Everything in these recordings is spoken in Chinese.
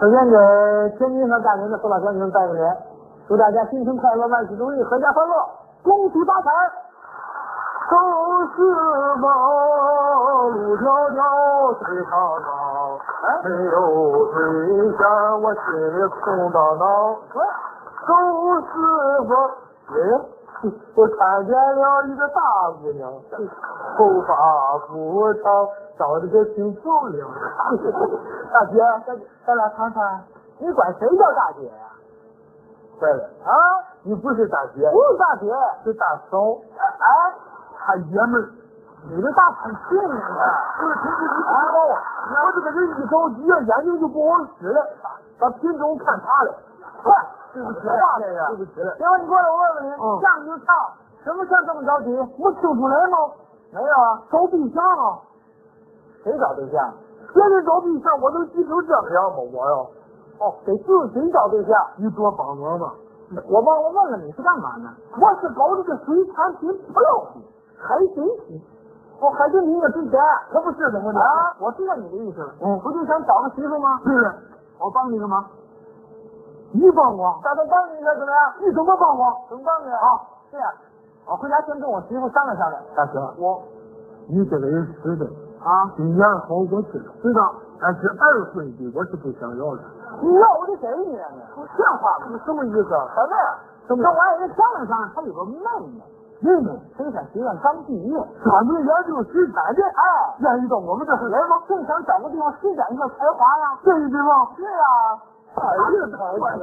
首先给天津和赣宁的父老乡亲拜个年，祝大家新春快乐，万事如意，阖家欢乐，恭喜发财。 都是忙，路迢迢水长长，没有对象我心里空荡荡。都是我看见了一个大姑娘，头发不长，长得个挺漂亮。 大姐，咱俩谈谈，你管谁叫大姐呀？ 对了啊， 你不是大姐， 不是大姐， 是大嫂。 哎， 他爷们儿， 你这大很俊呢， 不是听不你不知道啊！我这个人一着急啊，眼睛就不好使了，把品种看差了。 快， 对不起， 对不起了。 行，你过来，我问问你，相就唱，什么事这么着急？ 我听出来吗？ 没有啊， 找对象啊！ 谁找对象？ 别人找对象，我能急成这样吗？我呀， 哦，给自己找对象， 你多帮忙吧。 我忘了问了，你是干嘛呢？ 我是搞这个水产品不要的， 海水品。哦，海水品也值钱， 可不是怎么的啊？我知道你的意思了。不就想找个媳妇吗？ 是。 我帮你个忙。 你帮我？ 打算帮你一下怎么样？ 你怎么帮我？ 怎么帮你啊？这样，我回家先跟我媳妇商量商量。 大哥，你这个人实在啊， 心眼好，我知道，但是儿孙的我是不想要的。 你要我给谁你啊？ 像话吗？什么意思？ 什么呀？跟我爱人商量商量，他有个妹妹。 妹妹， 生产学院刚毕业， 专门研究水产的， 哎， 愿意到我们这儿来吗？ 正想找个地方施展一下才华呀。 这个地方是啊。 哎呀，太好了！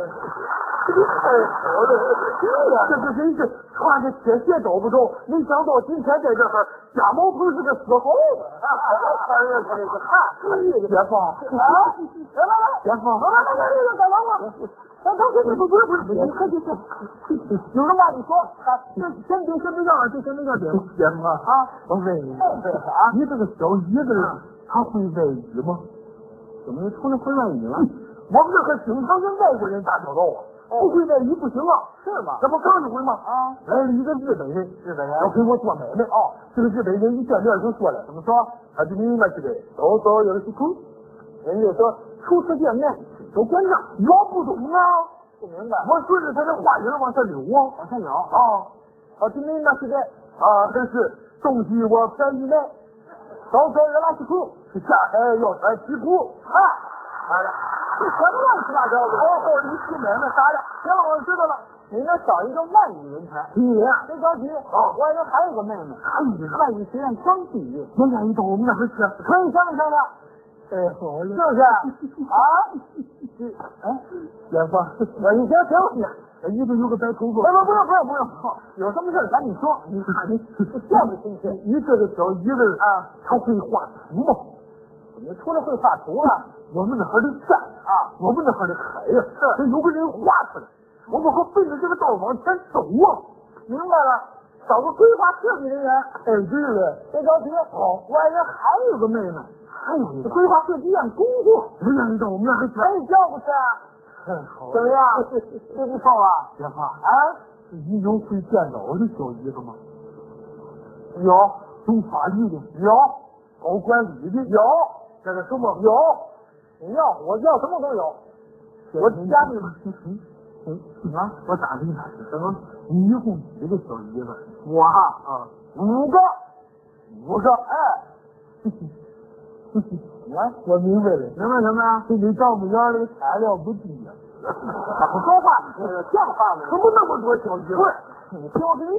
这个真是穿着铁鞋找不着，没想到今天在这儿，家茅棚是个死猴子。 哎呀，他这个汗， 别放啊！ 来， 别放！ 来，干嘛嘛？不是，你客气客气。有什么话你说，先别让，就先别让别放啊！我问你，你这个小姨子，她会外语吗？ 怎么出来会外语了？ 我们这可经常跟外国人打交道啊，不会外语不行啊， 是吗？ 这不刚一回吗？ 啊， 来了一个日本人，要跟我做买卖。哦，这个日本人一见面就说了， 怎么说？ 他就明白这个，早有的是苦。 人家说初次见面都关账， 我不懂啊， 不明白。 我顺着他的话音往下溜啊， 往下扭啊，就明白是这啊，真是东西我便宜卖，早早热拉西裤，下海要穿皮裤。 好了，这什么乱七八糟的？ 你去买卖啥呀？ 行了，我知道了。你能找一个外语人才？ 你别着急。我爱人还有个妹妹，外语学院刚毕业， 我愿意到我们那儿去， 可以商量商量。 太好了， 是不是？啊？ 远方， 你行， 一直有个白头发。 不用，有什么事赶紧说。你看你见不亲切？ 你这个小姨子啊， 她会画图吗？ 怎么出来会画图了？ 我们那儿的山啊， 我们那儿的海呀，这有个人画出来，我们可奔着这个道往前走啊。 明白了，找个规划设计人员。 对了， 别着急。 好， 我爱人还有个妹妹， 还有一个规划设计院工作， 不愿意到我们那儿去。 可以叫过去啊。 太好了， 怎么样？这不错啊？ 别怕啊！ 你有会电脑的小姨子吗？ 有， 懂法律的有， 搞管理的有， 这个什么有，你要我要什么都有。我家里啊，我打听他是什么？你一共几个小姨子？ 我啊，5个，哎。 我明白了， 明白什么呀？ 这你丈母娘的材料不低呀， 咋不说话？像话吗？ 怎么那么多小姨子？ 不是，你听我跟你